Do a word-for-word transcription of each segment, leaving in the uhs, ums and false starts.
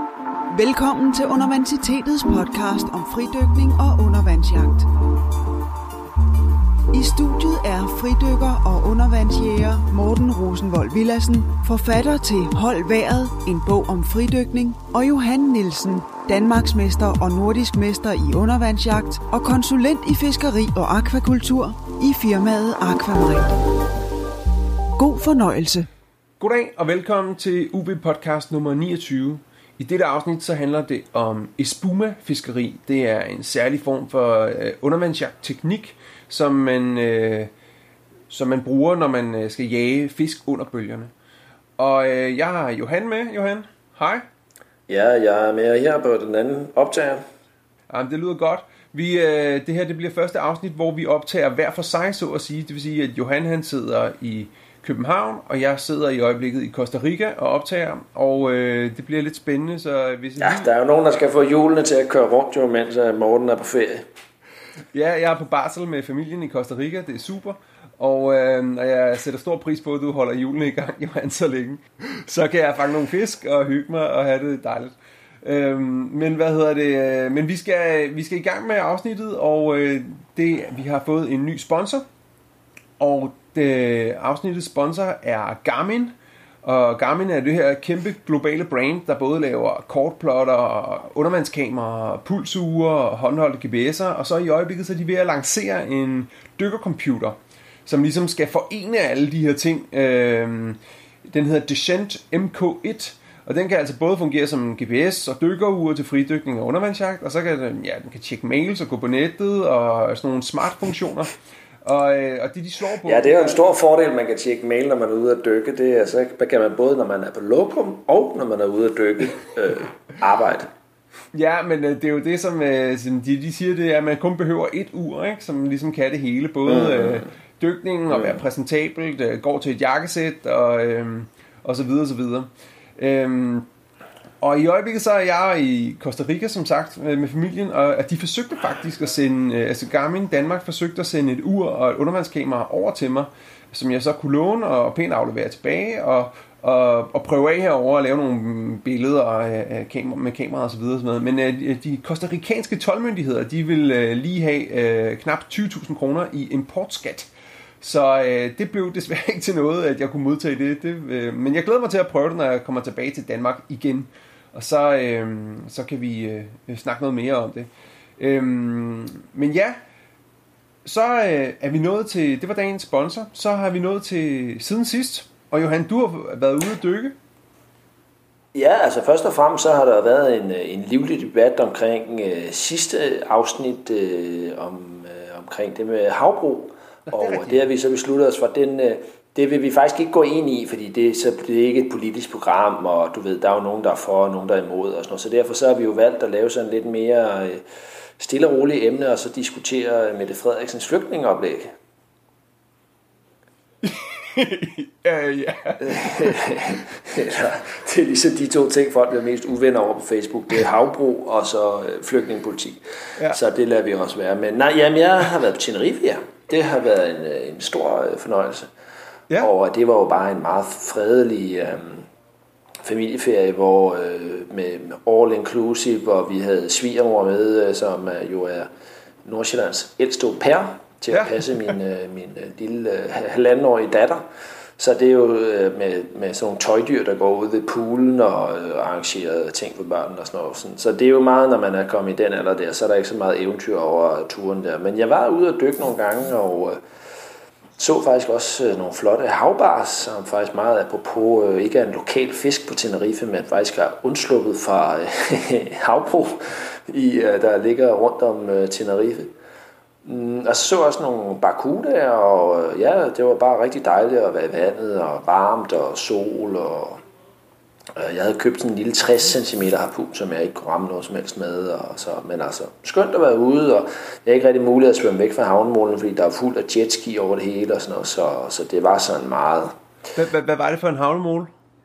Velkommen til Undervansitetets podcast om fridykning og undervandsjagt. I studiet er fridykker og undervandsjæger Morten Rosenvold Villadsen, forfatter til Hold Vejret, en bog om fridykning, og Johan Nielsen, Danmarksmester og nordisk mester i undervandsjagt og konsulent i fiskeri og akvakultur i firmaet Aquamarine. God fornøjelse. Goddag og velkommen til U B podcast nummer niogtyve. I dette afsnit så handler det om espuma-fiskeri. Det er en særlig form for øh, undervandsjagt-teknik, som man, øh, som man bruger, når man øh, skal jage fisk under bølgerne. Og øh, jeg har Johan med. Johan, hej. Ja, jeg er med her på den anden optager. Jamen, det lyder godt. Vi, øh, det her det bliver første afsnit, hvor vi optager hver for sig, så at sige. Det vil sige, at Johan han sidder i København, og jeg sidder i øjeblikket i Costa Rica og optager, og øh, det bliver lidt spændende. Så hvis ja, der er jo nogen, der skal få hjulene til at køre rundt, jo, mens Morten er på ferie. Ja, jeg er på barsel med familien i Costa Rica, det er super, og, øh, og jeg sætter stor pris på, at du holder hjulene i gang, Johan, så længe. Så kan jeg fange nogle fisk og hygge mig og have det dejligt. Øh, men hvad hedder det? Men vi skal, vi skal i gang med afsnittet, og øh, det, vi har fået en ny sponsor, og det, afsnittets sponsor er Garmin. Og Garmin er det her kæmpe globale brand, der både laver kortplotter, undervandskameraer, pulsuger, håndholdte G P S'er, og så i øjeblikket så er de ved at lancere en dykkercomputer, som ligesom skal forene alle de her ting. Den hedder Descent M K et, og den kan altså både fungere som en G P S og dykkerure til fridykning og undervandsjagt, og så kan den, ja, den kan tjekke mails og gå på nettet og sådan nogle smart funktioner. Og, øh, og det de slår på. Ja, det er jo en stor fordel, man kan tjekke mail, når man er ude at dykke. Det er, så kan man både, når man er på lokum, og når man er ude at dykke, øh, arbejde. Ja, men øh, det er jo det, som, øh, som de, de siger, det er, at man kun behøver et ur, ikke, som ligesom kan det hele. Både mm. øh, dykningen og være præsentabelt, øh, går til et jakkesæt, og, øh, og så videre, og så videre. Øh, Og i øjeblikket så er jeg i Costa Rica, som sagt, med familien, og de forsøgte faktisk at sende, altså Garmin Danmark forsøgte at sende et ur og et undervandskamera over til mig, som jeg så kunne låne og pænt aflevere tilbage, og, og, og prøve af herover og lave nogle billeder af kamera, med kamera og så videre og sådan noget. Men de costaricanske toldmyndigheder, de vil lige have knap tyve tusind kroner i importskat. Så øh, det blev desværre ikke til noget, at jeg kunne modtage det. det øh, men jeg glæder mig til at prøve det, når jeg kommer tilbage til Danmark igen. Og så, øh, så kan vi øh, snakke noget mere om det. Øh, men ja, så øh, er vi nået til, det var dagens sponsor, så har vi nået til siden sidst. Og Johan, du har været ude at dykke. Ja, altså først og fremmest så har der været en, en livlig debat omkring øh, sidste afsnit øh, om, øh, omkring det med havbrug. Og det, det har vi så besluttet os for, den, det vil vi faktisk ikke gå ind i, fordi det, så det er ikke et politisk program, og du ved, der er jo nogen, der er for, og nogen, der er imod, og sådan noget. Så derfor så har vi jo valgt at lave sådan lidt mere stille og rolige emne, og så diskutere Mette Frederiksens flygtningeoplæg. ja, ja. Det er ligesom de to ting, folk er mest uvenner over på Facebook. Det er havbrug og så flygtningepolitik. Ja. Så det lader vi også være. Men nej, jamen, jeg har været på Tenerife, ja. Det har været en, en stor fornøjelse. Ja. Og det var jo bare en meget fredelig øh, familieferie, hvor øh, med, med all inclusive, hvor vi havde svigermor med, øh, som øh, jo er Nordsjællands ældste au pair, til ja. at passe min, øh, min øh, lille øh, halvandenårige datter. Så det er jo øh, med, med sådan nogle tøjdyr, der går ud ved poolen og øh, arrangerer ting for børnene og sådan noget. Så det er jo meget, når man er kommet i den alder der, så er der ikke så meget eventyr over turen der. Men jeg var ude at dykke nogle gange, og øh, så faktisk også øh, nogle flotte havbars, som faktisk meget apropos øh, ikke er en lokal fisk på Tenerife, men faktisk er undsluppet fra øh, havbrug, i, øh, der ligger rundt om øh, Tenerife. Og så så også nogle barracudaer, og ja, det var bare rigtig dejligt at være i vandet, og varmt, og sol, og jeg havde købt sådan en lille tres centimeter harpun, som jeg ikke kunne ramme noget som helst med, og så, men altså, skønt at være ude, og jeg er ikke rigtig muligt at svømme væk fra havnemålene, fordi der er fuldt af jetski over det hele, og sådan noget, så, så det var sådan meget. Hvad, hvad var det for en havnemål?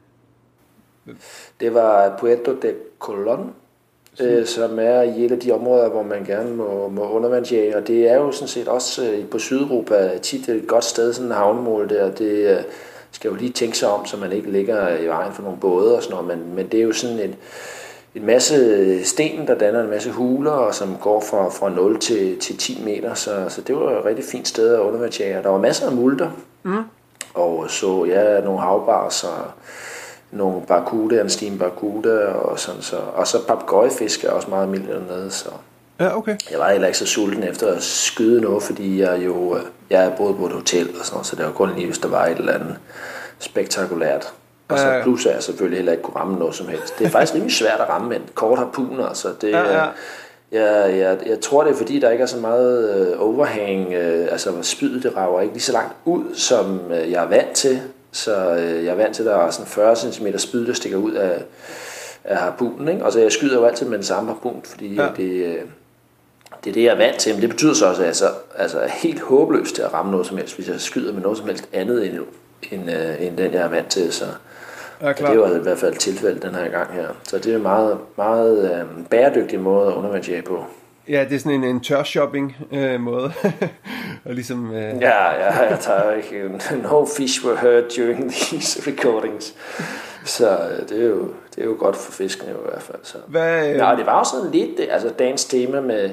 Det var Puerto de Colón, øh, som er i et af de områder, hvor man gerne må, må undervandsjage, og det er jo sådan set også øh, på Sydeuropa tit et godt sted, sådan en havnemål der. Det øh, skal jo lige tænke sig om, så man ikke ligger i vejen for nogle både og sådan noget, men, men det er jo sådan et, en masse sten, der danner en masse huler, og som går fra, fra nul til, til ti meter, så, så det var et rigtig fint sted at undervandsjage. Der var masser af multer, mm. og så ja, nogle havbars og nogle barracuda, en steam barracuda, og sådan så. Og så papegøjefisk er også meget mildt dernede, så ja, okay. Jeg var heller ikke så sulten efter at skyde noget, fordi jeg jo jeg boede på et hotel og sådan noget, så det var kun lige, hvis der var et eller andet spektakulært. Og så plus er jeg selvfølgelig heller ikke kunne ramme noget som helst. Det er faktisk rimelig svært at ramme med en kort harpun, altså det ja, ja. Jeg, jeg, jeg tror det er fordi der ikke er så meget overhang, altså spydet det rager ikke lige så langt ud som jeg er vant til. Så jeg er vant til, at der er sådan fyrre centimeter spyd, der stikker ud af, af harpunen, ikke? Og så jeg skyder jo altid med den samme harpun, fordi ja. det, det er det, jeg er vant til. Men det betyder så også, at jeg så, altså, er helt håbløst til at ramme noget som helst, hvis jeg skyder med noget som helst andet end, end, end den, jeg er vant til. Så ja, det var i hvert fald tilfældet den her gang her. Så det er en meget, meget øh, bæredygtig måde at undervandsjage på. Ja, det er sådan en, en tør-shopping øh, måde. Og ligesom, øh... Ja, ja, jeg tager ikke. No fish were hurt during these recordings. Så det er jo, det er jo godt for fiskene i hvert fald. Så. Hvad, øh... Nej, det var jo sådan lidt, altså dagens tema med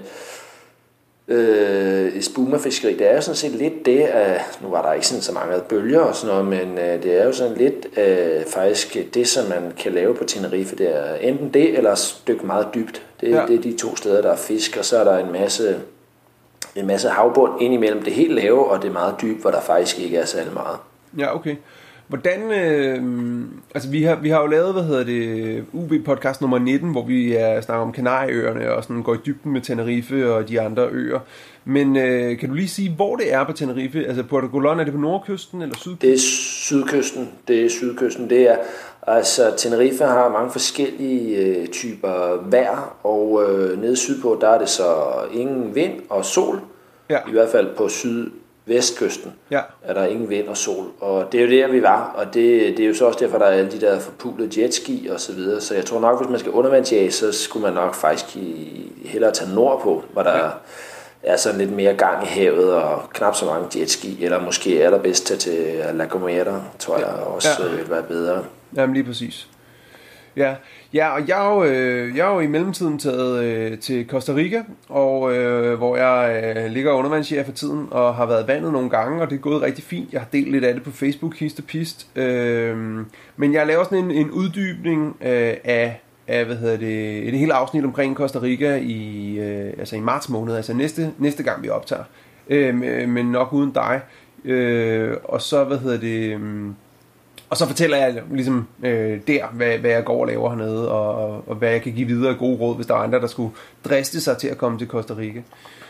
øh, spumafiskeri, det er jo sådan set lidt det, at nu var der ikke sådan så mange bølger og sådan noget, men øh, det er jo sådan lidt øh, faktisk det, som man kan lave på Tenerife, det er enten det, eller et stykke meget dybt. Det, ja. det er de to steder, der er fisk, og så er der en masse, en masse havbund ind imellem det helt lave, og det meget dybt, hvor der faktisk ikke er særlig meget. Ja, okay. Hvordan, øh, altså vi har, vi har jo lavet, hvad hedder det, U B-podcast nummer nitten, hvor vi er, snakker om Kanarieøerne og sådan går i dybden med Tenerife og de andre øer. Men øh, kan du lige sige, hvor det er på Tenerife? Altså Puerto Colón, er det på nordkysten eller sydkysten? Det er sydkysten. Det er sydkysten. Det er, altså Tenerife har mange forskellige øh, typer vejr, og øh, nede sydpå, der er det så ingen vind og sol. Ja. I hvert fald på syd. Vestkysten ja. Er der ingen vind og sol, og det er jo der vi var, og det, det er jo så også derfor der er alle de der forpulede jetski og så videre, så jeg tror nok hvis man skal undervandsjage, så skulle man nok faktisk hellere tage nordpå, hvor der ja. Er sådan lidt mere gang i havet og knap så mange jetski, eller måske allerbedst tage til La Gomera, tror jeg også ja. Vil være bedre. Jamen lige præcis. Ja, ja, og jeg er jo, øh, jeg er jo i mellemtiden taget øh, til Costa Rica, og øh, hvor jeg øh, ligger undervandsjæger for tiden, og har været vandet nogle gange, og det er gået rigtig fint. Jeg har delt lidt af det på Facebook, hist og pist. Øh, men jeg laver sådan en, en uddybning øh, af, af, hvad hedder det, et helt afsnit omkring Costa Rica i, øh, altså i marts måned, altså næste, næste gang vi optager, øh, men nok uden dig. Øh, og så, hvad hedder det... Øh, Og så fortæller jeg ligesom øh, der, hvad, hvad jeg går og laver hernede, og, og hvad jeg kan give videre gode råd, hvis der er andre, der skulle driste sig til at komme til Costa Rica.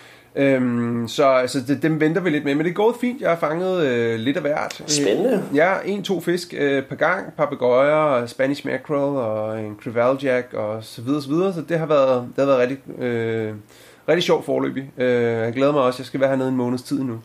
Øhm, så altså, det, dem venter vi lidt med, men det er gået fint. Jeg har fanget øh, lidt af hvert. Spændende. Øh, ja, en, to fisk øh, per gang, papegøjer, Spanish mackerel og en crevalle jack og så videre, så videre. Så det har været, det har været rigtig, øh, rigtig sjovt forløbig. Øh, jeg glæder mig også, jeg skal være hernede en måneds tid nu.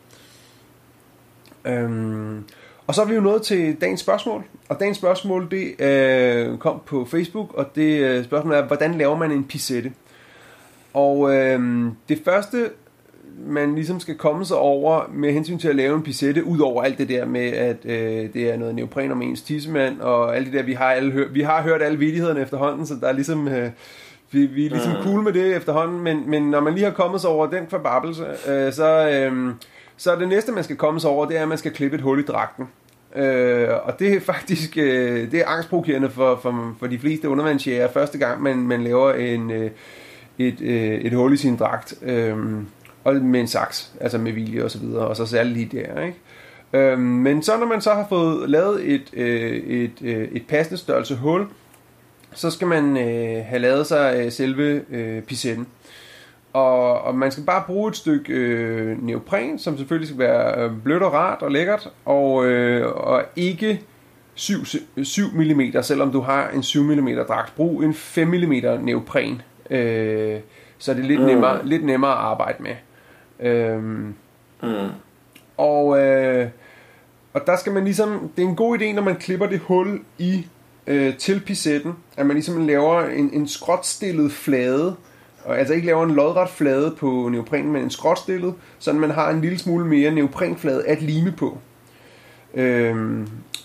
Øhm, Og så er vi jo nået til dagens spørgsmål. Og dagens spørgsmål, det øh, kom på Facebook, og det øh, spørgsmål er, hvordan laver man en pisette? Og øh, det første, man ligesom skal komme sig over med hensyn til at lave en pisette, ud over alt det der med, at øh, det er noget neopren om ens tissemand, og alt det der, vi har, alle hør- vi har hørt alle vittighederne efterhånden, så der er ligesom... Øh, vi, vi er ligesom cool med det efterhånden, men, men når man lige har kommet sig over den forbabelse, øh, så... Øh, Så det næste, man skal komme sig over, det er, at man skal klippe et hul i dragten. Øh, og det er faktisk øh, det er angstprovokerende for, for, for de fleste undervandsjæger. Første gang, man, man laver en, øh, et, øh, et hul i sin dragt, øh, og med en saks, altså med vilje og så videre, og så særligt lige der, ikke? Øh, men så når man så har fået lavet et, øh, et, øh, et passende størrelse hul, så skal man øh, have lavet sig øh, selve øh, pisetten. Og, og man skal bare bruge et stykke øh, neopren, som selvfølgelig skal være øh, blødt og rart og lækkert, og, øh, og ikke syv millimeter, selvom du har en syv millimeter dragt. Brug en fem millimeter neopren, øh, så det er lidt, mm. nemmere, lidt nemmere at arbejde med. Øh, mm. Og, øh, og der skal man ligesom, det er en god idé, når man klipper det hul i øh, til pisetten, at man ligesom laver en, en skråtstillet flade, og altså ikke laver en lodret flade på neoprenen, men en skråtstillet, så man har en lille smule mere neoprenflade at lime på. Øhm,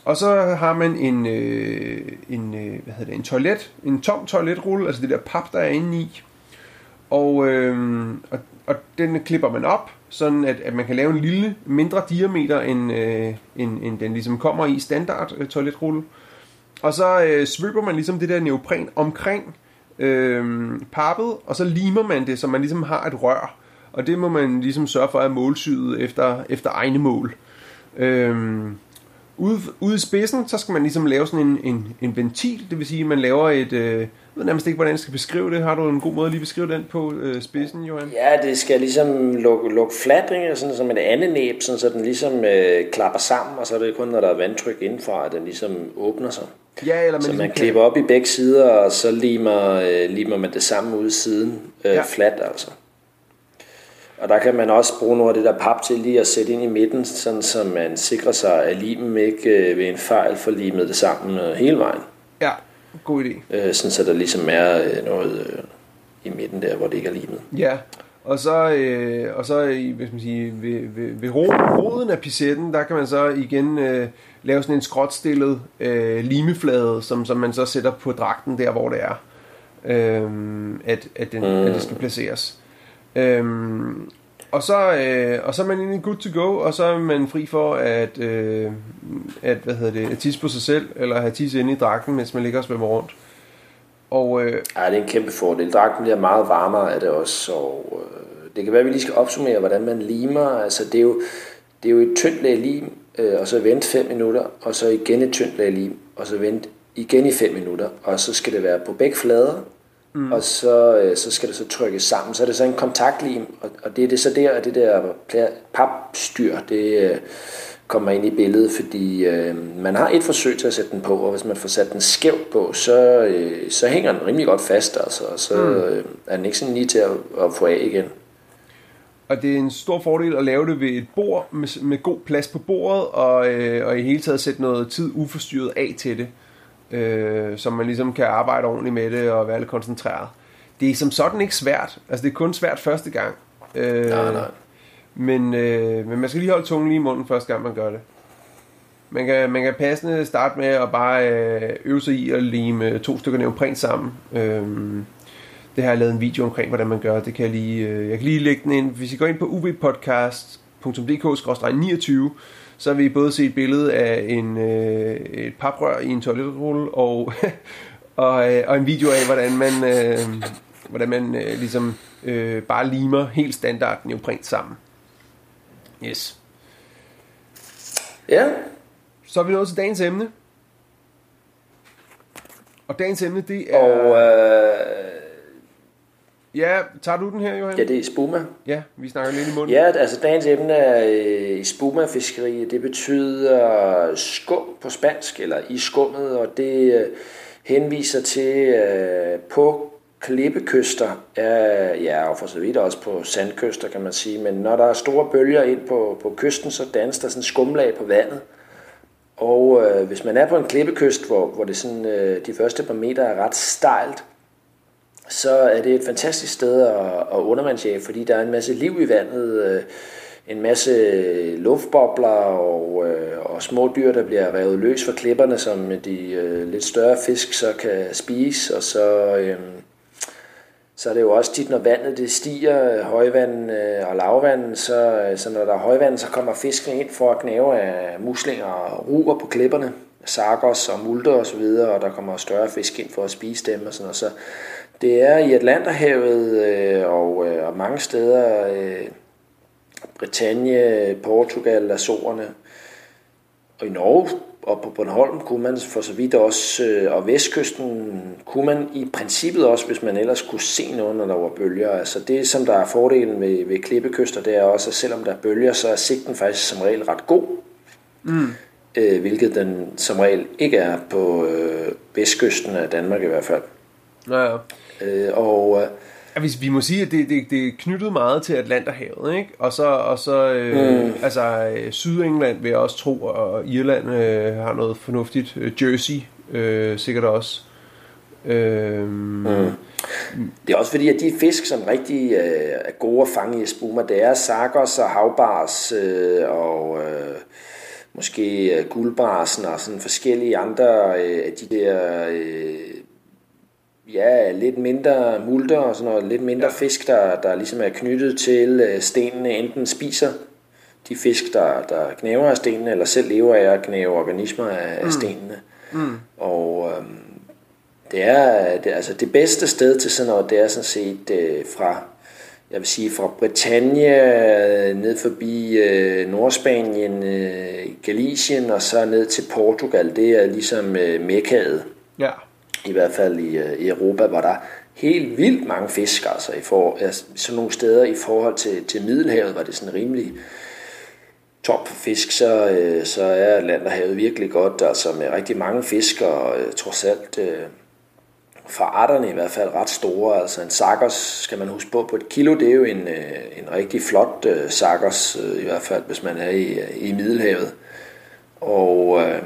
og så har man en, øh, en, øh, hvad hedder det, en toilet, en tom toiletrulle, altså det der pap, der er inde i. Og, øh, og, og den klipper man op, sådan at, at man kan lave en lille, mindre diameter, end, øh, end, end den ligesom kommer i standard øh, toiletrulle. Og så øh, svøber man ligesom det der neopren omkring øh, pappet, og så limer man det, så man ligesom har et rør. Og det må man ligesom sørge for at målsyde efter, efter egne mål. Øh, ude, ude i spidsen, så skal man ligesom lave sådan en, en, en ventil, det vil sige, at man laver et... Øh, jeg ved nærmest ikke, hvordan jeg skal beskrive det. Har du en god måde at lige beskrive den på øh, spidsen, Johan? Ja, det skal ligesom lukke, lukke flat, sådan som et andet næb, sådan, så den ligesom øh, klapper sammen, og så er det kun, når der er vandtryk indenfor, at den ligesom åbner sig. Ja, eller man så ligesom man kan... klipper op i begge sider, og så limer, øh, limer man det samme ud i siden, øh, ja. Flat altså. Og der kan man også bruge noget af det der pap til lige at sætte ind i midten, sådan så man sikrer sig, at limen ikke øh, ved en fejl får limet det sammen øh, hele vejen. Ja, god idé. Øh, sådan så der ligesom er øh, noget øh, i midten der, hvor det ikke er limet. Ja, og så, øh, og så i, hvis man siger, ved, ved, ved roden af picetten, der kan man så igen øh, lave sådan en skråtstillet øh, limeflade, som, som man så sætter på dragten der, hvor det er, øh, at, at, den, mm. at det skal placeres. Øhm, og så øh, og så er man egentlig good to go, og så er man fri for at øh, at hvad hedder det, at tisse på sig selv eller have tisse inde i dragten, mens man ligger og svømmer rundt. Og øh, ja, det er en kæmpe fordel. Dragten bliver meget varmere af det også, og øh, det kan være, at vi lige skal opsummere, hvordan man limer. Altså det er jo det er jo et tyndt lag lim, øh, og så vente fem minutter, og så igen et tyndt lag lim, og så vente igen i fem minutter, og så skal det være på begge flader. Mm. Og så, så skal det så trykkes sammen. Så er det så en kontaktlim, og, og det er det så der, at det der papstyr, det kommer ind i billedet, fordi øh, man har et forsøg til at sætte den på, og hvis man får sat den skævt på, så, øh, så hænger den rimelig godt fast, altså, og så mm. øh, er den ikke sådan lige til at, at få af igen. Og det er en stor fordel at lave det ved et bord, med, med god plads på bordet, og, øh, og i hele taget sætte noget tid uforstyrret af til det. Øh, så man ligesom kan arbejde ordentligt med det og være lidt koncentreret. Det er som sådan ikke svært. Altså det er kun svært første gang. Øh, nej, nej. Men, øh, men man skal lige holde tungen lige i munden første gang man gør det. Man kan, man kan passende starte med at bare øh, øve sig i at lime to stykker neopren sammen. Øh, det har jeg lavet en video omkring, hvordan man gør. Det kan jeg lige, øh, jeg kan lige lægge den ind. Hvis I går ind på u v podcast punktum d k skråstreg niogtyve, så vil I både se et billede af en, øh, et paprør i en toiletrulle og, og, øh, og en video af, hvordan man, øh, hvordan man øh, ligesom øh, bare limer helt standard neopren sammen. Yes. Ja. Så er vi nået til dagens emne. Og dagens emne, det er... Og... Øh... Ja, tager du den her, Johan? Ja, det er spuma. Ja, vi snakker lidt i munden. Ja, altså dagens emne er øh, spuma-fiskeri. Det betyder skum på spansk, eller i skummet, og det øh, henviser til øh, på klippekyster, øh, ja, og for så vidt også på sandkyster, kan man sige. Men når der er store bølger ind på, på kysten, så dannes der sådan skumlag på vandet. Og øh, hvis man er på en klippekyst, hvor, hvor det sådan, øh, de første par meter er ret stejlt, så er det et fantastisk sted at, at undervandsjage, fordi der er en masse liv i vandet, en masse luftbobler og, og små dyr, der bliver revet løs fra klipperne, som de lidt større fisk så kan spise, og så, øhm, så er det jo også tit, når vandet det stiger, højvand og lavvand, så, så når der er højvand, så kommer fiskene ind for at gnave af muslinger og ruger på klipperne, sargos og multer og så videre, og der kommer større fisk ind for at spise dem og sådan noget, så det er i Atlanterhavet øh, og, øh, og mange steder, øh, Bretagne, Portugal, Azorerne, og i Norge og på Bornholm kunne man for så vidt også, øh, og vestkysten kunne man i princippet også, hvis man ellers kunne se noget, når der var bølger. Altså det, som der er fordelen ved, ved klippekyster, det er også, at selvom der er bølger, så er sigten faktisk som regel ret god. Mm. Øh, hvilket den som regel ikke er på øh, vestkysten af Danmark i hvert fald. Ja, ja. Øh, og ja, hvis vi må sige, at det, det, det er knyttet meget til Atlanterhavet, ikke? Og så, og så øh, mm. altså Sydengland vil jeg også tro, og Irland øh, har noget fornuftigt. Jersey øh, sikkert også. Øh, mm. Det er også fordi, at de fisk, som rigtig øh, er gode at fange i spuma, det er sargos og havbars øh, og øh, måske øh, guldbrasen og sådan forskellige andre øh, af de der øh, ja, lidt mindre multer og sådan noget, lidt mindre fisk, der, der ligesom er knyttet til øh, stenene, enten spiser de fisk, der, der gnæver af stenene, eller selv lever af at gnæve organismer af, af stenene. Mm. Og øh, det er det, altså det bedste sted til sådan noget, det er sådan set øh, fra jeg vil sige fra Bretagne ned forbi øh, Nordspanien, øh, Galicien og så ned til Portugal. Det er ligesom øh, Mekkaet. Ja. I hvert fald i, øh, i Europa, hvor der er helt vildt mange fisk, altså i for, altså, sådan nogle steder i forhold til, til Middelhavet, hvor det er sådan rimelig top fisk, så, øh, så er Atlanterhavet virkelig godt, altså med rigtig mange fisk og øh, trods alt øh, for arterne i hvert fald ret store. Altså en sakkers skal man huske på, på et kilo, det er jo en, en rigtig flot uh, sakkers, uh, i hvert fald hvis man er i, i Middelhavet. Og uh,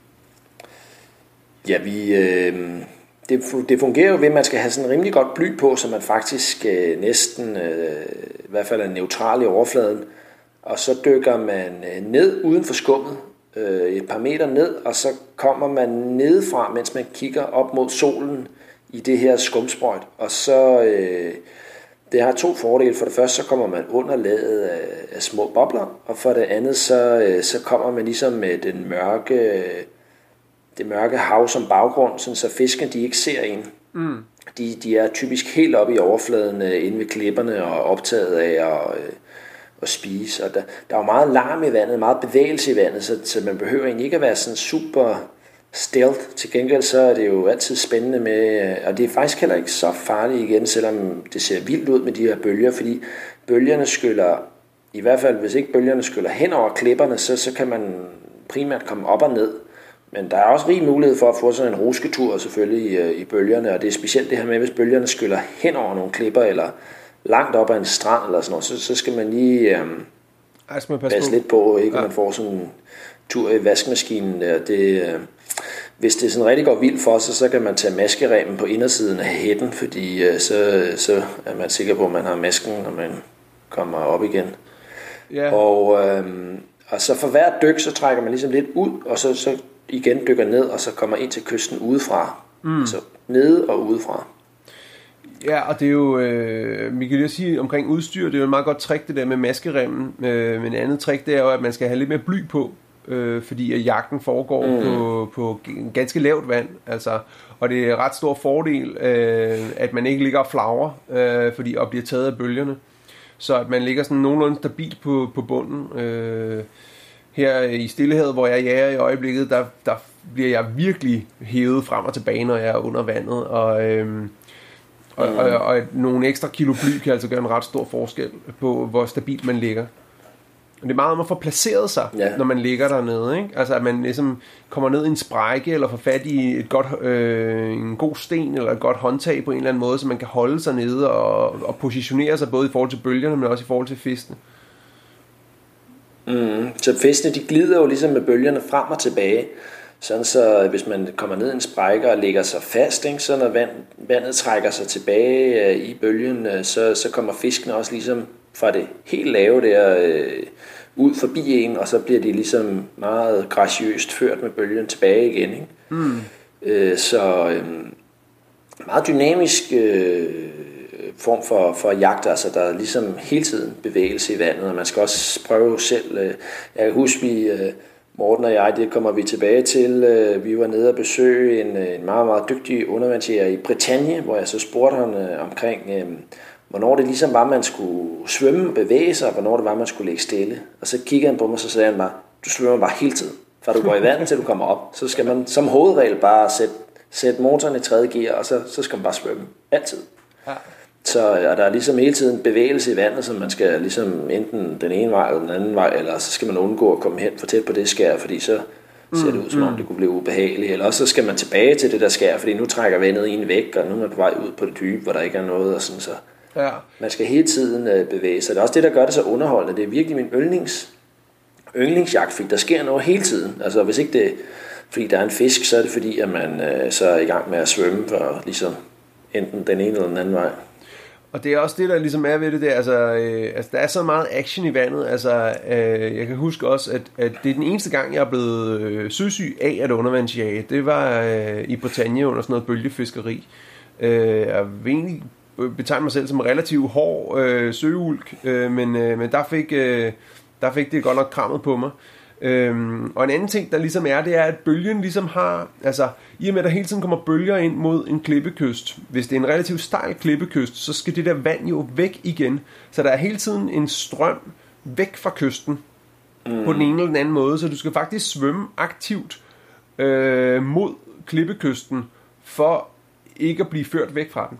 ja, vi, uh, det, det fungerer jo ved, at man skal have sådan rimelig godt bly på, så man faktisk uh, næsten uh, i hvert fald er neutral i overfladen. Og så dykker man uh, ned uden for skummet, uh, et par meter ned, og så kommer man nedefra, mens man kigger op mod solen, i det her skumsprøjt, og så øh, det har to fordele. For det første så kommer man under laget af, af små bobler, og for det andet så, øh, så kommer man ligesom med den mørke, det mørke hav som baggrund, sådan så fiskene de ikke ser en. Mm. De, de er typisk helt oppe i overfladen øh, inde ved klipperne og optaget af at, øh, at spise. Og der, der er jo meget larm i vandet, meget bevægelse i vandet, så, så man behøver egentlig ikke at være sådan super stealth. Til gengæld så er det jo altid spændende med, og det er faktisk heller ikke så farligt igen, selvom det ser vildt ud med de her bølger, fordi bølgerne skyller, i hvert fald hvis ikke bølgerne skyller hen over klipperne, så, så kan man primært komme op og ned. Men der er også rig mulighed for at få sådan en rusketur selvfølgelig i, i bølgerne, og det er specielt det her med, hvis bølgerne skyller hen over nogle klipper, eller langt op ad en strand, eller sådan noget, så, så skal man lige øhm, passe, passe lidt på, ikke, ja. Man får sådan en tur i vaskemaskinen der. Det, øh, hvis det sådan rigtig går vildt for sig, så kan man tage maskeremen på indersiden af hætten, fordi øh, så, så er man sikker på, at man har masken, når man kommer op igen. Yeah. Og, øh, og så for hver dyk, så trækker man ligesom lidt ud, og så, så igen dykker ned, og så kommer ind til kysten udefra. Mm. Altså nede og udefra. Ja, og det er jo, øh, Michael, jeg siger omkring udstyr, det er jo et meget godt trick, det der med maskeremmen. Øh, men et andet trick, det er jo, at man skal have lidt mere bly på, øh, fordi at jagten foregår mm. på, på ganske lavt vand. Altså, og det er ret stor fordel, øh, at man ikke ligger og flagrer, øh, fordi og bliver taget af bølgerne. Så at man ligger sådan nogenlunde stabilt på, på bunden. Øh, her i Stillehavet, hvor jeg jager i øjeblikket, der, der bliver jeg virkelig hævet frem og tilbage, når jeg er under vandet. Og... Øh, Og, mm. og, og nogle ekstra kilo bly kan altså gøre en ret stor forskel på, hvor stabilt man ligger. Og det er meget om at få placeret sig, ja. Når man ligger dernede, ikke? Altså at man ligesom kommer ned i en sprække, eller får fat i et godt, øh, en god sten, eller et godt håndtag på en eller anden måde, så man kan holde sig nede og, og positionere sig både i forhold til bølgerne, men også i forhold til fiskene. Mm. Så fiskene, de glider jo ligesom med bølgerne frem og tilbage. Sådan så hvis man kommer ned i en sprække og lægger sig fast, ikke, så når vand, vandet trækker sig tilbage øh, i bølgen, øh, så, så kommer fiskene også ligesom fra det helt lave der øh, ud forbi en, og så bliver de ligesom meget graciøst ført med bølgen tilbage igen. Ikke? Mm. Øh, så øh, meget dynamisk øh, form for, for jagt, altså der er ligesom hele tiden bevægelse i vandet, og man skal også prøve selv. Øh, jeg kan huske, vi... Øh, Morten og jeg, det kommer vi tilbage til. Vi var nede og besøge en, en meget, meget dygtig undervandsjæger i Bretagne, hvor jeg så spurgte ham omkring, hvornår det ligesom var, man skulle svømme og bevæge sig, og hvornår det var, man skulle ligge stille. Og så kiggede han på mig, og så sagde han bare, du svømmer bare hele tiden. Fra du går i vandet, til du kommer op. Så skal man som hovedregel bare sætte, sætte motoren i tredje gear, og så, så skal man bare svømme. Altid. Ja. Så og der er ligesom hele tiden bevægelse i vandet, så man skal ligesom enten den ene vej eller den anden vej, eller så skal man undgå at komme hen for tæt på det skær, fordi så ser det ud som om det kunne blive ubehageligt, eller også så skal man tilbage til det der skær, fordi nu trækker vandet en væk, og nu er man på vej ud på det dybe, hvor der ikke er noget, og sådan så. Ja. Man skal hele tiden bevæge sig. Det er også det, der gør det så underholdende. Det er virkelig min yndlings, yndlingsjagt, fordi der sker noget hele tiden. Altså hvis ikke det, fordi der er en fisk, så er det fordi, at man øh, så er i gang med at svømme for ligesom enten den ene eller den anden vej. Og det er også det, der ligesom er ved det der, altså, øh, altså der er så meget action i vandet, altså øh, jeg kan huske også, at, at det er den eneste gang, jeg er blevet øh, søsyg af at undervandsjage. Det var øh, i Bretagne under sådan noget bølgefiskeri. Øh, jeg vil egentlig betegne mig selv som en relativt hård øh, søgeulk, øh, men, øh, men der, fik, øh, der fik det godt nok krammet på mig. Øhm, og en anden ting der ligesom er, det er at bølgen ligesom har, altså i og med at der hele tiden kommer bølger ind mod en klippekyst, hvis det er en relativt stejl klippekyst, så skal det der vand jo væk igen, så der er hele tiden en strøm væk fra kysten mm. på den ene eller den anden måde, så du skal faktisk svømme aktivt øh, mod klippekysten for ikke at blive ført væk fra den.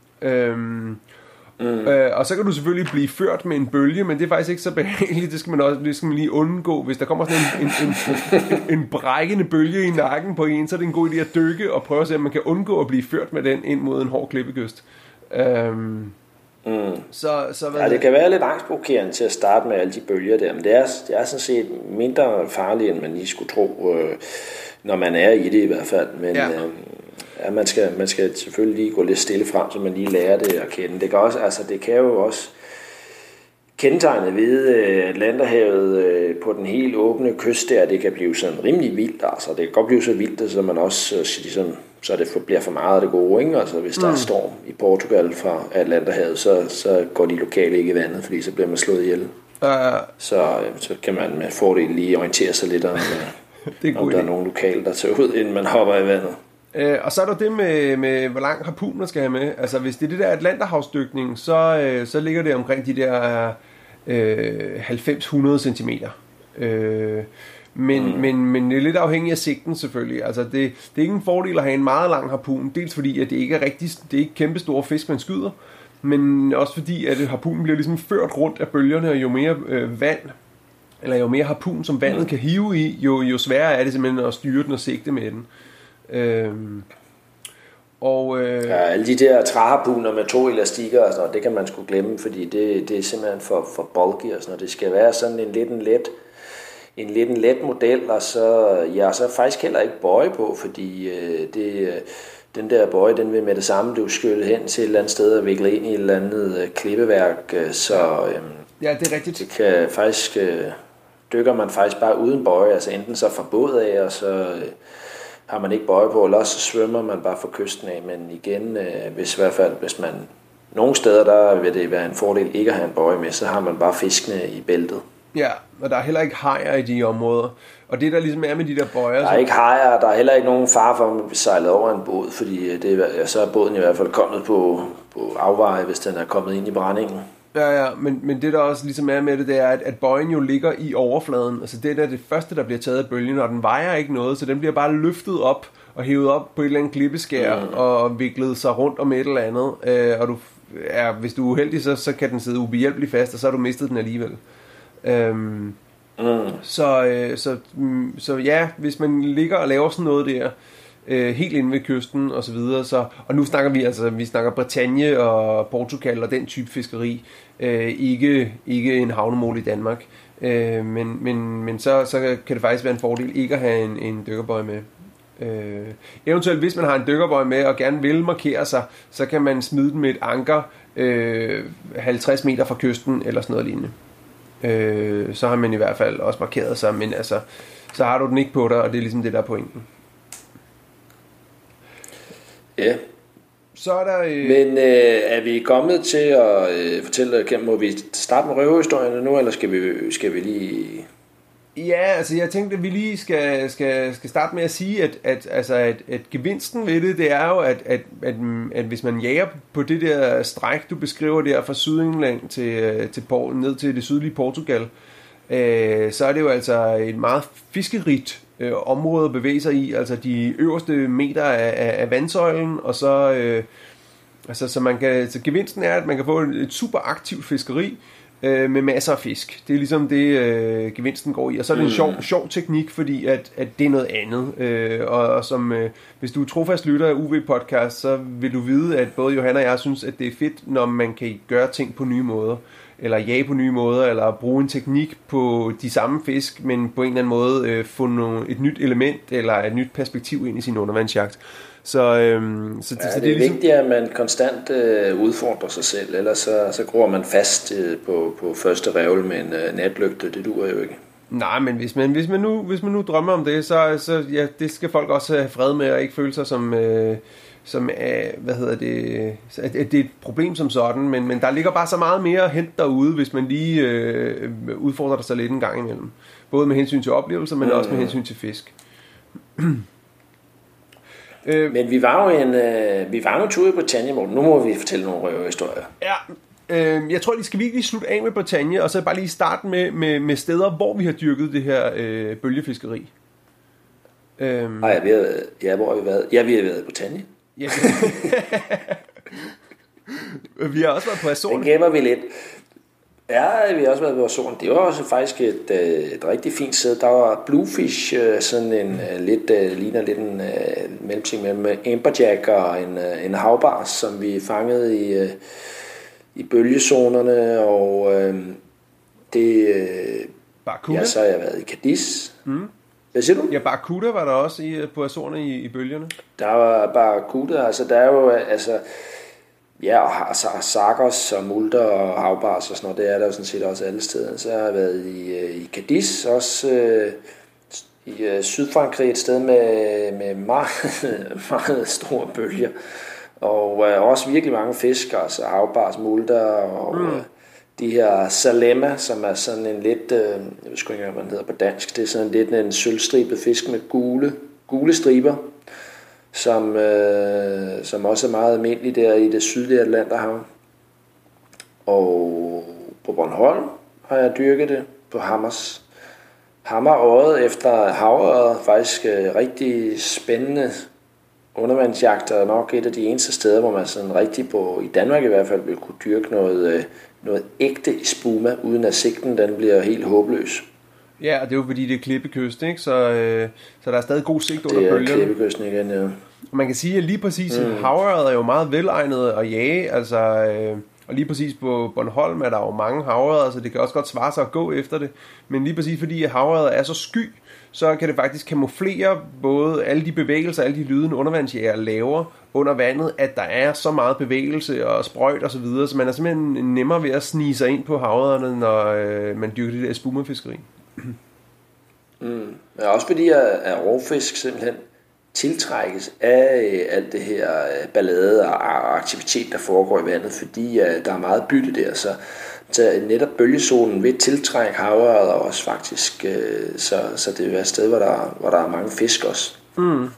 øhm, Mm. Øh, og så kan du selvfølgelig blive ført med en bølge, men det er faktisk ikke så behageligt. Det skal man også, det skal man lige undgå. Hvis der kommer sådan en, en, en, en, en brækkende bølge i nakken på en, så er det en god idé at dykke og prøve at se, om man kan undgå at blive ført med den ind mod en hård klippekyst. Øhm, mm. så, så hvad ja, det kan være lidt angstprovokerende til at starte med alle de bølger der, men det er, det er sådan set mindre farligt, end man lige skulle tro, øh, når man er i det i hvert fald. Men ja. øh, Ja, man skal, man skal selvfølgelig lige gå lidt stille frem, så man lige lærer det at kende. Det kan, også, altså det kan jo også kendetegnet ved Atlanterhavet på den helt åbne kyst der, det kan blive sådan rimelig vildt. Altså det kan godt blive så vildt, så man også ligesom, så det bliver for meget af det gode. Ikke? Altså hvis der er storm i Portugal fra Atlanterhavet, så, så går de lokale ikke i vandet, fordi så bliver man slået ihjel. Uh, så, så kan man med fordel lige orientere sig lidt om, det er om der er nogen lokale, der tager ud, inden man hopper i vandet. Øh, og så er der det med, med hvor lang harpun man skal have med. Altså hvis det er det der Atlanterhavsdykning, så, øh, så ligger det omkring de der øh, halvfems til hundrede centimeter. Øh, men, mm. men, men det er lidt afhængigt af sigten selvfølgelig. Altså det, det er ikke en fordel at have en meget lang harpun. Dels fordi at det ikke er rigtig, det er ikke kæmpe store fisk man skyder, men også fordi at harpunen bliver ligesom ført rundt af bølgerne, og jo mere øh, vand, eller jo mere harpun som vandet mm. kan hive i, jo, jo sværere er det simpelthen at styre den og sigte med den. Øhm, og øh, ja, alle de der træharpuner med to elastikker og sådan noget, det kan man sgu glemme, fordi det, det er simpelthen for, for bulky og sådan noget. Det skal være sådan en lidt en let en lidt en let model, og så ja, så faktisk heller ikke bøje på, fordi øh, det, den der bøje, den vil med det samme du skylle hen til et eller andet sted og vikle ind i et eller andet øh, klippeværk, så øh, ja, det er rigtigt. Det kan faktisk øh, dykker man faktisk bare uden bøje, altså enten så fra båd af, og så øh, har man ikke bøje på, eller så svømmer man bare fra kysten af, men igen, øh, hvis i hvert fald, hvis man nogle steder, der vil det være en fordel ikke at have en bøje med, så har man bare fiskene i bæltet. Ja, og der er heller ikke hajer i de områder, og det der ligesom er med de der bøjer... Der er så... ikke hajer, der er heller ikke nogen fare for, at man bliver sejlet over en båd, fordi det er, så er båden i hvert fald kommet på, på afveje, hvis den er kommet ind i brændingen. Ja, ja, men, men det der også ligesom er med det, det er, at, at bøjen jo ligger i overfladen. Altså det der er det første, der bliver taget af bølgen, og den vejer ikke noget, så den bliver bare løftet op og hævet op på et eller andet klippeskær mm. og viklet sig rundt om et eller andet. Øh, og du, ja, hvis du er uheldig, så, så kan den sidde ubehjælpeligt fast, og så har du mistet den alligevel. Øhm, mm. så, øh, så, så ja, hvis man ligger og laver sådan noget der, øh, helt inde ved kysten og så videre, så, og nu snakker vi altså, vi snakker Bretagne og Portugal og den type fiskeri, øh, ikke, ikke en havnemål i Danmark, øh, men, men, men så, så kan det faktisk være en fordel ikke at have en, en dykkerbøj med. Øh, eventuelt hvis man har en dykkerbøj med og gerne vil markere sig, så kan man smide den med et anker øh, halvtreds meter fra kysten eller sådan noget lignende. Øh, så har man i hvert fald også markeret sig, men altså så har du den ikke på dig, og det er ligesom det der er pointen. Ja. Så er der øh... Men øh, er vi kommet til at øh, fortælle, må vi starte med røverhistorierne nu, eller skal vi, skal vi lige... Ja, altså jeg tænkte, at vi lige skal, skal, skal starte med at sige, at, at, altså, at, at gevinsten ved det, det er jo, at, at, at, at hvis man jager på det der stræk, du beskriver der fra Sydengland til, til, ned til det sydlige Portugal, øh, så er det jo altså et meget fiskerigt øh, område at bevæge sig i, altså de øverste meter af, af, af vandsøjlen, og så, øh, altså, så, man kan, så gevinsten er, at man kan få et, et super aktivt fiskeri, med masser af fisk. Det er ligesom det øh, gevinsten går i. Og så er det en sjov, sjov teknik, fordi at, at det er noget andet. Øh, og, og som øh, hvis du er trofast lytter af U V Podcast, så vil du vide, at både Johan og jeg synes, at det er fedt, når man kan gøre ting på nye måder. Eller jage på nye måder, eller bruge en teknik på de samme fisk, men på en eller anden måde øh, få noget, et nyt element, eller et nyt perspektiv ind i sin undervandsjagt. Så, øhm, så, ja, så det, det er er ligesom... vigtigt, at man konstant øh, udfordrer sig selv, ellers så, så gror man fast øh, på, på første revl med en øh, natlygte. Det duer jo ikke. Nej, men hvis man, hvis man, nu, hvis man nu drømmer om det, så, så ja, det skal folk også have fred med, og ikke føle sig som... Øh, som er, hvad hedder det, at det er et problem som sådan, men, men der ligger bare så meget mere at hente derude, hvis man lige øh, udfordrer sig lidt en gang imellem. Både med hensyn til oplevelser, men mm. også med hensyn til fisk. øh, men vi var jo en, øh, vi var jo en tur i Bretagne, Morten. Nu må vi fortælle nogle røverhistorier. Ja, øh, jeg tror, lige skal vi lige slutte af med Bretagne, og så bare lige starte med, med, med steder, hvor vi har dyrket det her øh, bølgefiskeri. Øh, Nej, vi har, ja, hvor har vi været? Ja, vi har været i Bretagne. Ja. Vi har også været på Azorerne. Den gemmer vi lidt. Ja, vi har også været på Azorerne. Det var også faktisk et, et rigtig fint sted. Der var bluefish, sådan en lidt, ligner lidt en mellemting mellem amberjack og en, en havbars, som vi fangede i, i bølgezonerne, og det... Barracuda? Ja, så har jeg været i Cadiz. Mm. Hvad siger du? Ja, Barracuda var der også i, på Azorerne i, i bølgerne. Der var Barracuda, altså der er jo, altså, ja, og Sargos og multer og havbars og sådan noget, det er der jo sådan set også alle steder. Så har jeg været i, i Cadiz, også øh, i øh, Sydfrankrig, et sted med, med meget, meget store bølger, og øh, også virkelig mange fisk, altså havbars, multer og... Mm. Øh, de her salema, som er sådan en lidt, øh, jeg ved sgu ikke, hvad den hedder på dansk, det er sådan lidt en sølvstribet fisk med gule, gule striber, som, øh, som også er meget almindelig der i det sydlige Atlanterhav. Og på Bornholm har jeg dyrket det, på Hammers. Hammerøjet efter havøjet, faktisk øh, rigtig spændende undervandsjagt, og nok et af de eneste steder, hvor man sådan rigtig på, i Danmark i hvert fald, vil kunne dyrke noget, øh, noget ægte spuma, uden at sigten den bliver helt håbløs. Ja, og det er jo fordi, det er klippekyst, ikke? Så, øh, så der er stadig god sigt under bølgerne. Det er klippekysten igen, ja. Man kan sige, at lige præcis mm. havøret er jo meget velegnet at jage, altså, øh, og lige præcis på Bornholm er der jo mange havører, så det kan også godt svare sig at gå efter det. Men lige præcis fordi havøret er så sky, så kan det faktisk kamuflere både alle de bevægelser, alle de lyde, en undervandsjæger laver under vandet, at der er så meget bevægelse og sprøjt og så videre, så man er simpelthen nemmere ved at snige sig ind på havørerne, når øh, man dyrker det der spumafiskeri. Mm. Ja, også fordi at, at rovfisk simpelthen tiltrækkes af alt det her ballade og aktivitet, der foregår i vandet, fordi uh, der er meget bytte der, så, så netop bølgezonen vil tiltrække havøret også faktisk, uh, så, så det er et sted, hvor der, hvor der er mange fisk også. Mm.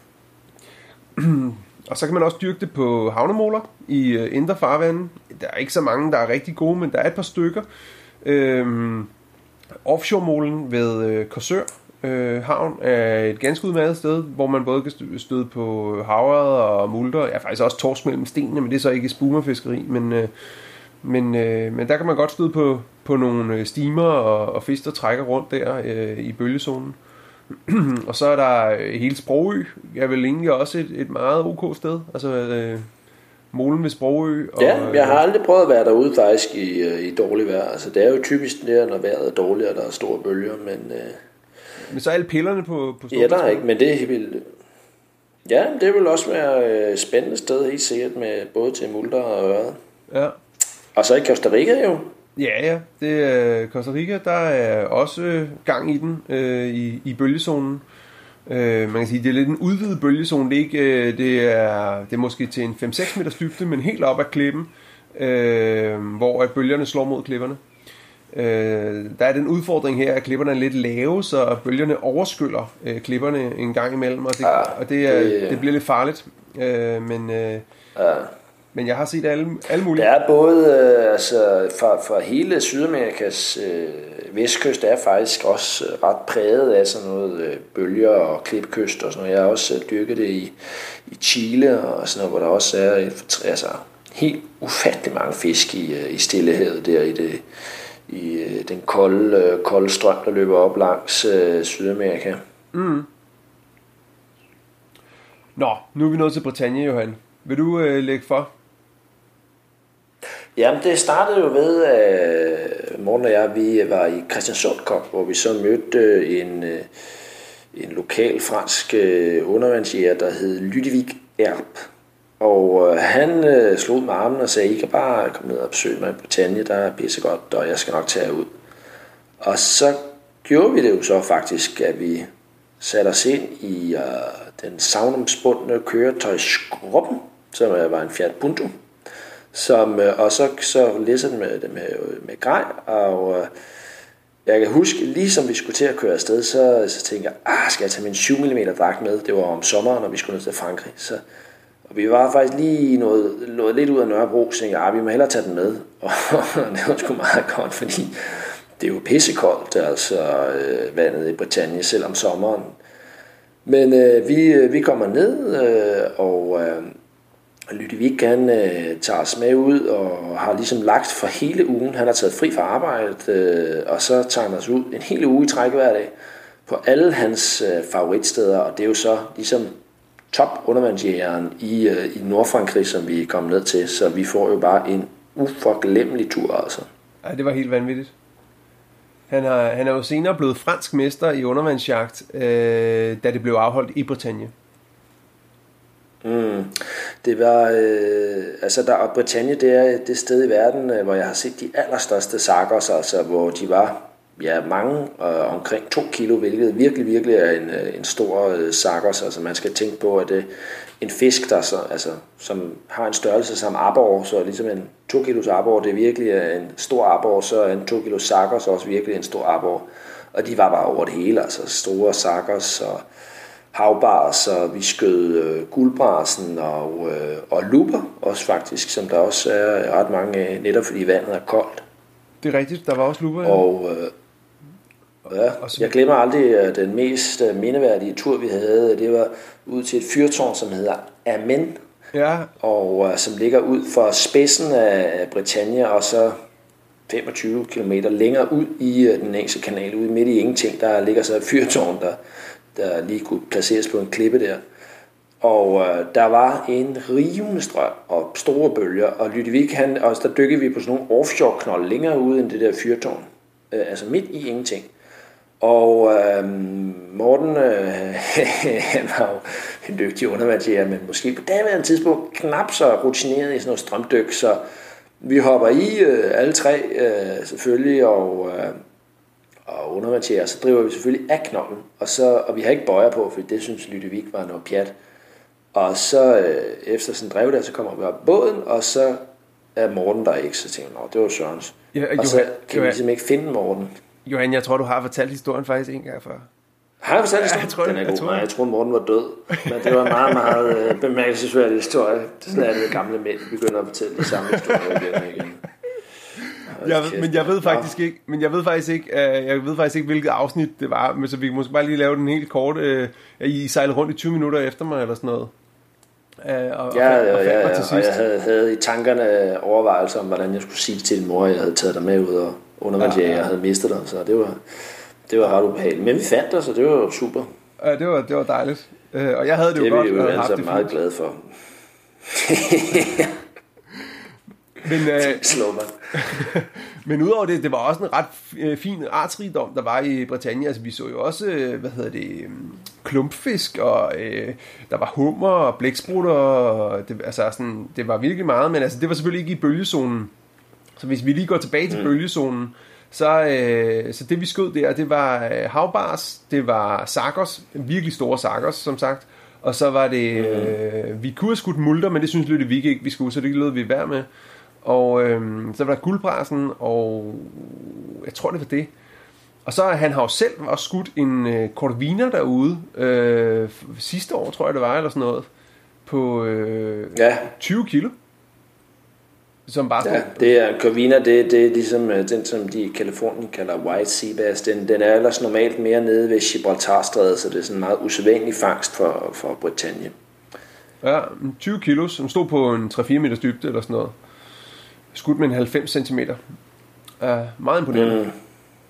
Og så kan man også dyrke det på havnemoler i uh, indre farvande. Der er ikke så mange, der er rigtig gode, men der er et par stykker. Øhm, Offshore-molen ved øh, Korsør øh, havn er et ganske udmærket sted, hvor man både kan støde på havøret og multer. Ja, faktisk også torsk mellem stenene, men det er så ikke spumafiskeri. Men, øh, men, øh, men der kan man godt støde på, på nogle stimer og, og fisk, der trækker rundt der øh, i bølgezonen. Og så er der hele Sprogø, er vel egentlig også et, et meget ok sted. Altså øh, molen ved Sprogø. Og, ja, jeg har aldrig prøvet at være derude faktisk i, i dårligt vejr. Altså det er jo typisk der, når vejret er dårligt, og der er store bølger, men... Øh... Men så er alle pillerne på, på ja, der er ikke, men det vil... Ja, det vil også være et spændende sted, helt sikkert, med både til multer og øret. Ja. Og så i Costa Rica jo. Ja, ja. Det er Costa Rica, der er også gang i den øh, i, i bølgezonen. Øh, man kan sige, det er lidt en udvidet bølgezone. Det er, ikke, det er, det er måske til en fem seks meters dybde, men helt op ad klippen, øh, hvor at bølgerne slår mod klipperne. Øh, der er den udfordring her, at klipperne er lidt lave, så bølgerne overskyller øh, klipperne en gang imellem, og det, ja, og det, er, det, det bliver lidt farligt. Øh, men, øh, ja. men jeg har set alle, alle mulige. Der er både øh, altså, fra, fra hele Sydamerikas øh, vestkyst er faktisk også øh, ret præget af sådan noget øh, bølger og klipkyst og sådan noget. Jeg har også øh, dyrket det i, i Chile og sådan noget, hvor der også er et, altså, helt ufattelig mange fisk i, øh, i Stillehavet der i det i øh, den kolde, øh, kolde strøm, der løber op langs øh, Sydamerika. Mm. Nå, nu er vi nået til Bretagne, Johan. Vil du øh, lægge for? Jamen, det startede jo ved, at øh, Morten og jeg, vi var i Christiansund, hvor vi så mødte øh, en, øh, en lokal fransk øh, undervandsjæger, der hed Ludovic Erp. Og øh, han øh, slog med armen og sagde, I kan bare komme ned og besøge mig i Bretagne, der er pissegodt, og jeg skal nok tage jer ud. Og så gjorde vi det jo så faktisk, at vi satte os ind i øh, den savnomsbundne køretøjsgruppen, som var en Fiat Punto, som, øh, og så, så læser den med, med, med grej, og øh, jeg kan huske, lige som vi skulle til at køre afsted, så, så tænkte jeg, ah, skal jeg tage min syv millimeter dragt med? Det var om sommeren, når vi skulle ned til Frankrig. Så, og vi var faktisk lige noget, noget lidt ud af Nørrebro, så tænkte jeg, ah, vi må hellere tage den med. Og det var sgu meget godt, fordi det er jo pissekoldt, altså øh, vandet i Bretagne, selv om sommeren. Men øh, vi, vi kommer ned, øh, og øh, Ludovic han øh, tager os med ud og har ligesom lagt for hele ugen. Han har taget fri fra arbejdet, øh, og så tager han os ud en hel uge i træk hver dag på alle hans øh, favoritsteder, og det er jo så ligesom top undervandsjægeren i, øh, i Nordfrankrig, som vi er kommet ned til, så vi får jo bare en uforglemmelig tur, altså. Ej, det var helt vanvittigt. Han, har, han er jo senere blevet fransk mester i undervandsjagt, øh, da det blev afholdt i Bretagne. Mm. Det var øh, altså der og Bretagne, det er det sted i verden, øh, hvor jeg har set de allerstørste sakkers, altså hvor de var ja mange øh, omkring to kilo, hvilket virkelig virkelig er en, en stor øh, sakkers. Altså man skal tænke på, at det en fisk der så altså som har en størrelse som aborre, så ligesom en to kilos aborre, det er virkelig en stor aborre, så er en to kilos sakkers også virkelig en stor aborre, og de var bare over det hele, altså store sakkers og havbars, og vi skød øh, guldbrasen og, øh, og luper også faktisk, som der også er ret mange af, netop fordi vandet er koldt. Det er rigtigt, der var også luper. Ja. Og øh, ja, jeg glemmer aldrig uh, den mest uh, mindeværdige tur, vi havde. Det var ud til et fyrtårn, som hedder Amen, ja. og uh, som ligger ud for spidsen af Bretagne, og så femogtyve kilometer længere ud i uh, den engelske kanal, ude midt i ingenting, der ligger så et fyrtårn, der der lige kunne placeres på en klippe der. Og øh, der var en rivende strøm og store bølger, og Ludovic, han, også der dykkede vi på sådan nogle offshore-knolde længere ude end det der fyrtårn. Øh, altså midt i ingenting. Og øh, Morten, øh, han var jo en dygtig undervandsjæger, men måske på daværende tidspunkt knap så rutineret i sådan noget strømdyk, så vi hopper i øh, alle tre øh, selvfølgelig, og øh, og undervandsjæger, så driver vi selvfølgelig af knolden, og, så, og vi har ikke bøjer på, for det synes Ludovic var noget pjat. Og så øh, efter sådan en drev der, så kommer vi op båden, og så er Morten der ikke, så tænker jeg, det var Sørens. Ja, og så kan vi ligesom ikke finde Morten. Johan, jeg tror, du har fortalt historien faktisk en gang før. Har jeg fortalt historien? Ja, jeg tror, den er jeg, god. jeg tror, Nej, jeg troede, Morten var død. Men det var en meget, meget øh, bemærkelsesværdig historie. Sådan er det, gamle mænd begynder at fortælle de samme historier igen igen. Jeg ved, men jeg ved faktisk ikke, men jeg ved faktisk ikke, uh, jeg ved faktisk ikke hvilket afsnit det var, men så vi kan måske bare lige lave den helt kort. Uh, I sejlede rundt i tyve minutter efter mig eller sådan noget. Uh, og, ja, og, ja, og, ja, ja, og jeg havde, havde i tankerne overvejelser om, hvordan jeg skulle sige til din mor, at jeg havde taget dig med ud og undervandsjæger, ja, ja. Jeg havde mistet dig, så det var det var ret ubehageligt. Men vi fandt dig, så det var jo super. Ja, det var det var dejligt. Uh, og jeg havde det, det jo godt. Det er vi jo altså meget glade for. Men, øh, men udover det, det var også en ret øh, fin artsrigdom, der var i Bretagne. Altså vi så jo også, øh, hvad hedder det, klumpfisk, og øh, der var hummer og blæksprutter, og det, altså sådan, det var virkelig meget, men altså det var selvfølgelig ikke i bølgezonen. Så hvis vi lige går tilbage til mm. bølgezonen, så, øh, så det vi skød der, det var øh, havbars, det var sakkers, virkelig store sakkers, som sagt. Og så var det, øh, vi kunne have skudt multer, men det synes Ludovic ikke, vi skulle, så det lød vi være med. Og øhm, så var der guldbrasen, og jeg tror det var det. Og så han har jo selv også skudt en øh, corvina derude øh, sidste år, tror jeg det var, eller sådan noget, på øh, ja. tyve kilo. Som bare ja, det er corvina, det, det er ligesom den, som de i Kalifornien kalder white sea bass. Den, den er ellers normalt mere nede ved Gibraltarstrædet, så det er sådan en meget usædvanlig fangst for, for Bretagne. Ja, tyve kilo, som stod på en tre fire meters dybde eller sådan noget. Skudt med en halvfems centimeter. Uh, meget imponerende. Mm.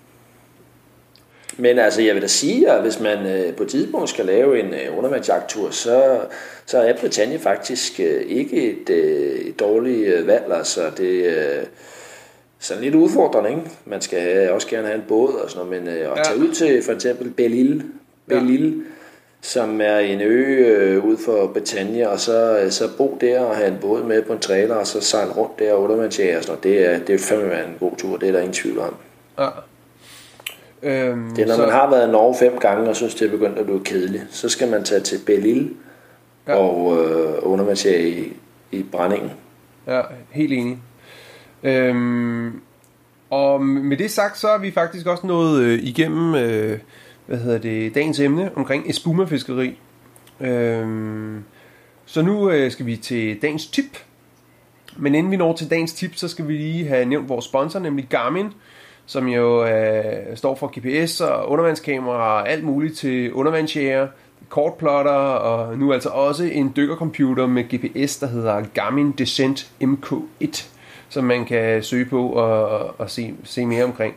Men altså, jeg vil da sige, at hvis man øh, på et tidspunkt skal lave en øh, undervandsjagttur, så, så er Bretagne faktisk øh, ikke et, øh, et dårligt øh, valg. Altså, det er øh, sådan lidt udfordrende, ikke? Man skal have, også gerne have en båd og sådan noget, men øh, at ja. tage ud til for eksempel Belle-Île, Belle-Île som er en ø øh, ude for Bretagne, og så, så bo der og have en båd med på en trailer, og så sejle rundt der og undervandsjæger og sådan noget. Det er, det er fandme en god tur, det er der ingen tvivl om. Ja. Øhm, det er, når så... man har været i Norge fem gange, og synes, det er begyndt at blive kedeligt, så skal man tage til Belle-Île ja. og øh, undervandsjæge i, i Brændingen. Ja, helt enig. Øhm, og med det sagt, så er vi faktisk også nået øh, igennem... Øh, hvad hedder det, dagens emne omkring espumafiskeri. Øhm, så nu øh, skal vi til dagens tip. Men inden vi når til dagens tip, så skal vi lige have nævnt vores sponsor, nemlig Garmin, som jo øh, står for G P S og undervandskamera og alt muligt til undervandsjæger, kortplotter og nu altså også en dykkercomputer med G P S, der hedder Garmin Descent M K et, som man kan søge på og, og se, se mere omkring.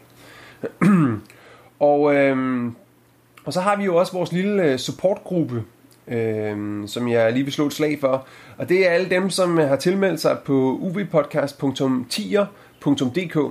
og øhm, Og så har vi jo også vores lille supportgruppe, øh, som jeg lige vil slå et slag for. Og det er alle dem, som har tilmeldt sig på u v podcast punktum tier punktum d k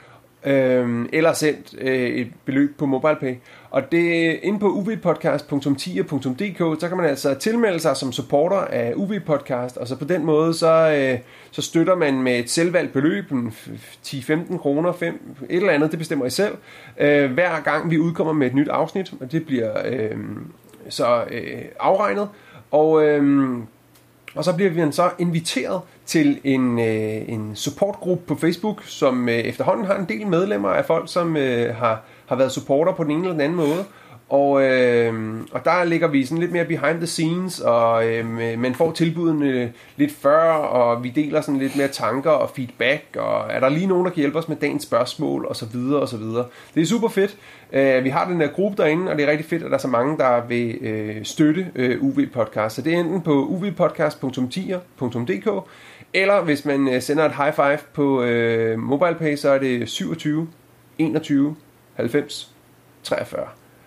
øh, eller sendt øh, et beløb på MobilePay. Og det inde på u v podcast punktum tier punktum d k, så kan man altså tilmelde sig som supporter af U V Podcast, og så på den måde, så, øh, så støtter man med et selvvalgt beløb, ti til femten kroner, fem, et eller andet, det bestemmer I selv, øh, hver gang vi udkommer med et nyt afsnit, og det bliver øh, så øh, afregnet, og, øh, og så bliver vi så inviteret til en, øh, en supportgruppe på Facebook, som øh, efterhånden har en del medlemmer af folk, som øh, har har været supporter på den ene eller den anden måde, og, øh, og der ligger vi sådan lidt mere behind the scenes, og øh, man får tilbudene lidt før, og vi deler sådan lidt mere tanker og feedback, og er der lige nogen, der kan hjælpe os med dagens spørgsmål, og så videre, og så videre. Det er super fedt. Uh, vi har den der gruppe derinde, og det er rigtig fedt, at der er så mange, der vil øh, støtte øh, U V Podcast. Så det er enten på u v podcast punktum tier punktum d k, eller hvis man øh, sender et high five på øh, MobilePay, så er det syvogtyve enogtyve halvfems treogfyrre.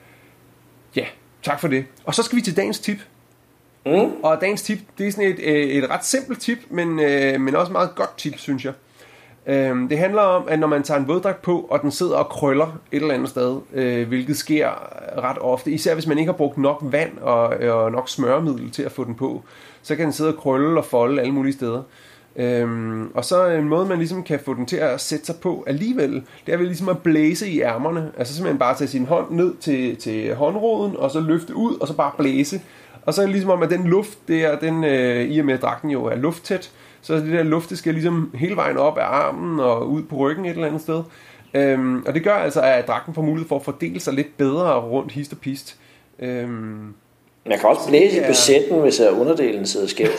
Ja, tak for det. Og så skal vi til dagens tip. Mm. Og dagens tip, det er sådan et, et ret simpelt tip, men, men også meget godt tip, synes jeg. Det handler om, at når man tager en våddragt på, og den sidder og krøller et eller andet sted, hvilket sker ret ofte, især hvis man ikke har brugt nok vand og, og nok smøremiddel til at få den på, så kan den sidde og krølle og folde alle mulige steder. Øhm, og så en måde man ligesom kan få den til at sætte sig på alligevel, det er vel ligesom at blæse i ærmerne, altså simpelthen bare tage sin hånd ned til, til håndroden, og så løfte ud, og så bare blæse, og så er det ligesom om, at den luft der, den, øh, i og med at dragten jo er lufttæt, så det der luft, det skal ligesom hele vejen op af armen og ud på ryggen et eller andet sted, øhm, og det gør altså, at dragten får mulighed for at fordele sig lidt bedre rundt hist og pist. øhm, Man kan også blæse i besætten, hvis underdelen sidder skævt.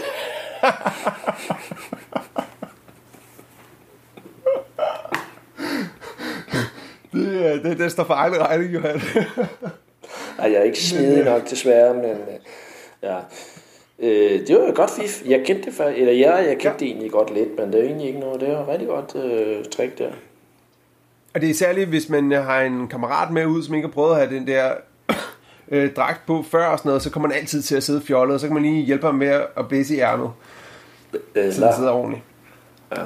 det, det, det står for egen regning, Johan. Nej, jeg er ikke smidig nok desværre, men ja. Øh, det var jo godt fif. Jeg kendte det før, eller ja, jeg kendte ja. det egentlig godt lidt, men det er egentlig ikke noget. Det er jo rigtig godt øh, trick der. Og det er særligt, hvis man har en kammerat med ud, som ikke har prøvet at have den der øh, dragt på før og sådan noget, så kommer man altid til at sidde fjollet, og så kan man lige hjælpe ham med at blæse i ærmet. Øh, så det sidder ordentligt. Ja.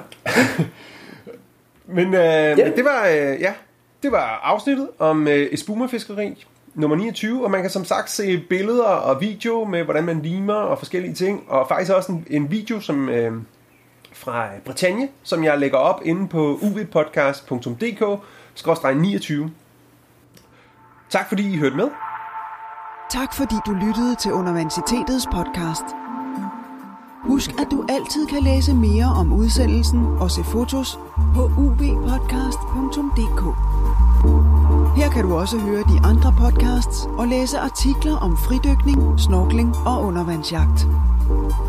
men, øh, ja. men det var øh, ja, det var afsnittet om øh, espumafiskeri nummer niogtyve, og man kan som sagt se billeder og video med hvordan man limer og forskellige ting, og faktisk også en, en video som øh, fra Bretagne, som jeg lægger op inde på u v podcast punktum d k skråstreg niogtyve. Tak fordi I hørte med. Tak fordi du lyttede til Universitetets podcast. Husk, at du altid kan læse mere om udsendelsen og se fotos på u v podcast punktum d k. Her kan du også høre de andre podcasts og læse artikler om fridykning, snorkling og undervandsjagt.